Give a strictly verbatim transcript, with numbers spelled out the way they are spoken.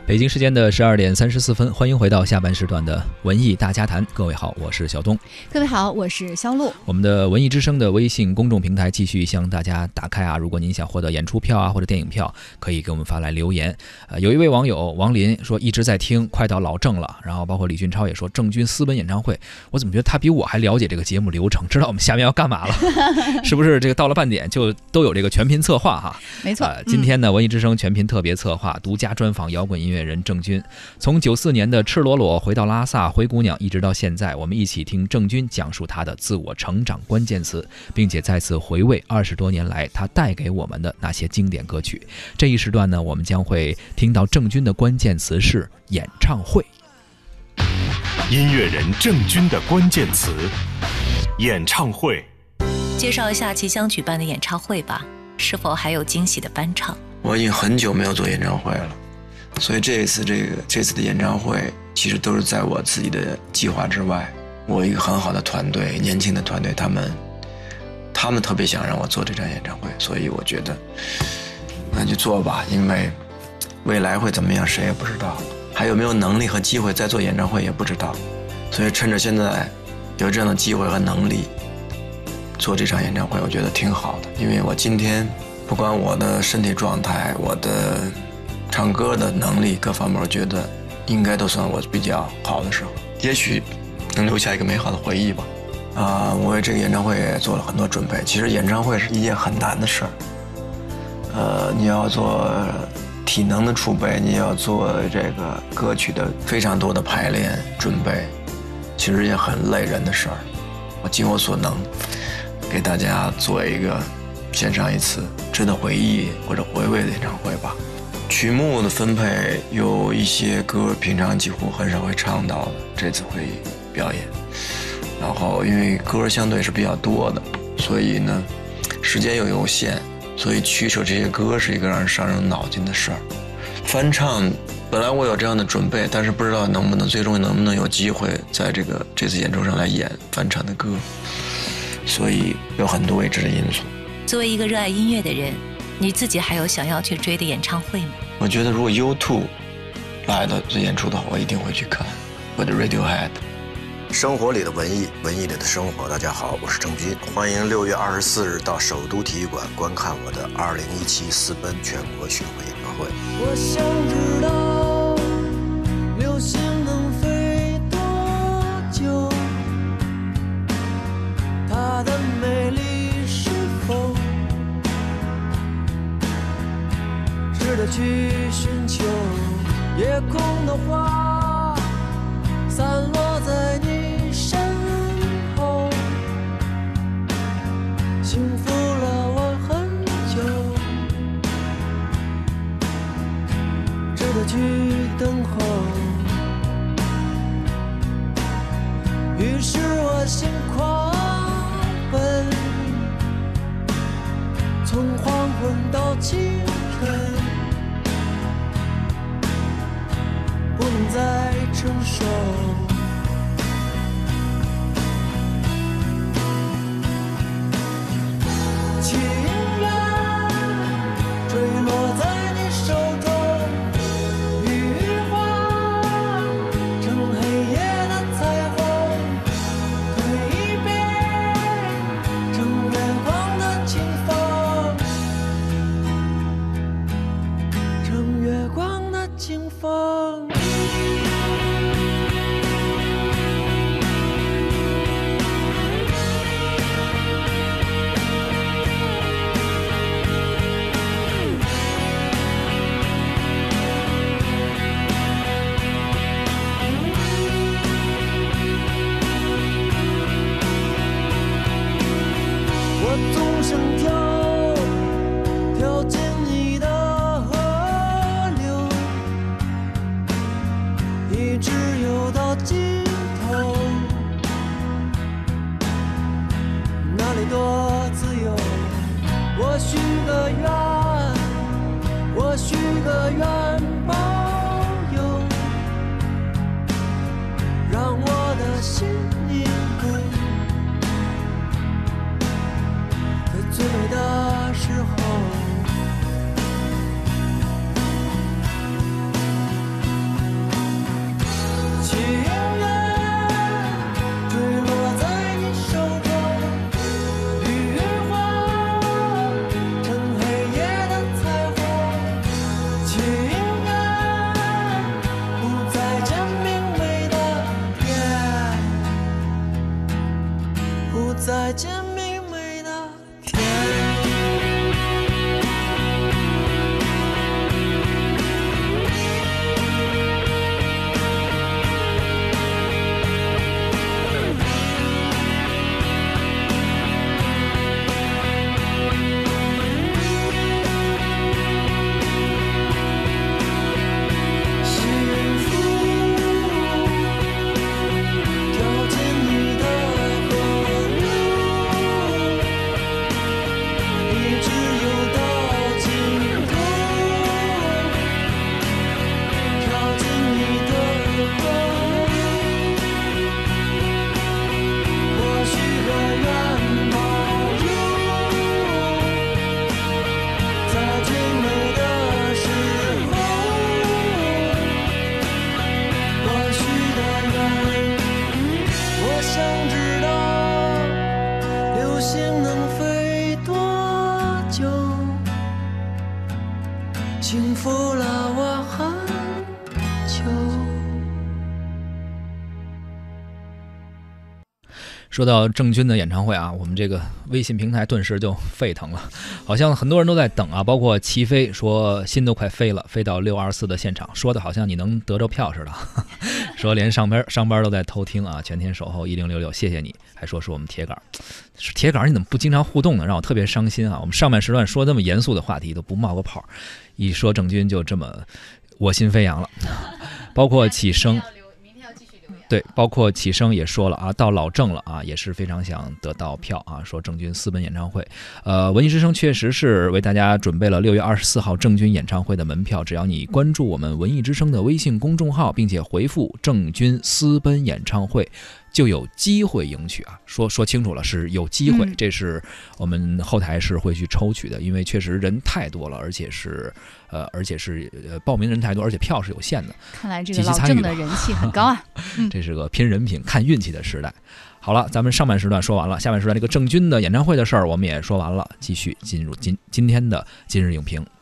北京时间的十二点三十四分，欢迎回到下半时段的文艺大家谈。各位好，我是小东。 各位好，我是肖璐。 我们的文艺之声的微信公众平台继续向大家打开啊！如果您想获得演出票啊或者电影票，可以给我们发来留言。呃，有一位网友王林说一直在听，快到老郑了。然后包括李俊超也说郑钧私奔演唱会，我怎么觉得他比我还了解这个节目流程，知道我们下面要干嘛了？是不是这个到了半点就都有这个全屏策划哈？ 没错。 呃、今天呢，文艺之声全屏特别策划，独家专访摇滚音乐人郑钧。从九四年的赤裸裸回到拉萨灰姑娘，一直到现在，我们一起听郑钧讲述他的自我成长关键词，并且再次回味二十多年来他带给我们的那些经典歌曲。这一时段呢，我们将会听到郑钧的关键词是演唱会。 音乐人郑钧的关键词：演唱会。 介绍一下即将举办的演唱会吧，是否还有惊喜的翻唱？ 我已经很久没有做演唱会了。所以这一次这个这次的演唱会其实都是在我自己的计划之外。我一个很好的团队，年轻的团队，他们他们特别想让我做这场演唱会，所以我觉得那就做吧，因为未来会怎么样谁也不知道，还有没有能力和机会再做演唱会也不知道，所以趁着现在有这样的机会和能力做这场演唱会，我觉得挺好的。因为我今天不管我的身体状态，我的唱歌的能力各方面，我觉得应该都算我比较好的时候，也许能留下一个美好的回忆吧。啊、呃，我为这个演唱会也做了很多准备。其实演唱会是一件很难的事儿，呃，你要做体能的储备，你要做这个歌曲的非常多的排练准备，其实也很累人的事儿。我尽我所能，给大家做一个献上一次值得回忆或者回味的演唱会吧。曲目的分配有一些歌平常几乎很少会唱到的，这次会表演。然后因为歌相对是比较多的，所以呢时间又有限，所以取舍这些歌是一个让人伤人脑筋的事儿。翻唱本来我有这样的准备，但是不知道能不能最终能不能有机会在这个这次演出上来演翻唱的歌，所以有很多未知的因素。 作为一个热爱音乐的人，你自己还有想要去追的演唱会吗？ 我觉得如果 U 二 来的这演出的话，我一定会去看，或者 Radiohead。 生活里的文艺，文艺里的生活。大家好，我是郑钧，欢迎六月二十四日到首都体育馆观看我的二零一七私奔全国巡回演唱会。 我想知道流星能飞多久，它的美丽是否值得去寻求。夜空的花散落在你身后，幸福了我很久，值得去等候。于是我心狂奔，从黄昏到清晨，不能再承受。情人坠落在你手中，雨花成黑夜的彩虹，蜕变成月光的清风，成月光的清风。我总想跳，跳进你的河流， 轻抚了我很久。 说到郑钧的演唱会啊，我们这个微信平台顿时就沸腾了，好像很多人都在等啊，包括齐飞说心都快飞了，飞到六二四的现场，说的好像你能得着票似的，说连上班上班都在偷听啊，全天守候一零六六，谢谢你，还说是我们铁杆，铁杆你怎么不经常互动呢？让我特别伤心啊！我们上半时段说这么严肃的话题都不冒个泡，一说郑钧就这么我心飞扬了，包括启生。对，包括启生也说了啊，到老郑了啊，也是非常想得到票啊，说郑钧私奔演唱会。呃，文艺之声确实是为大家准备了六月二十四号郑钧演唱会的门票，只要你关注我们文艺之声的微信公众号，并且回复郑钧私奔演唱会，就有机会赢取啊。说说清楚了，是有机会， 嗯、 这是我们后台是会去抽取的，因为确实人太多了，而且是呃，而且是呃报名人太多，而且票是有限的。 看来这个老郑的人气很高啊。嗯这是个拼人品、看运气的时代。好了，咱们上半时段说完了，下半时段这个郑钧的演唱会的事儿我们也说完了，继续进入今今天的今日影评。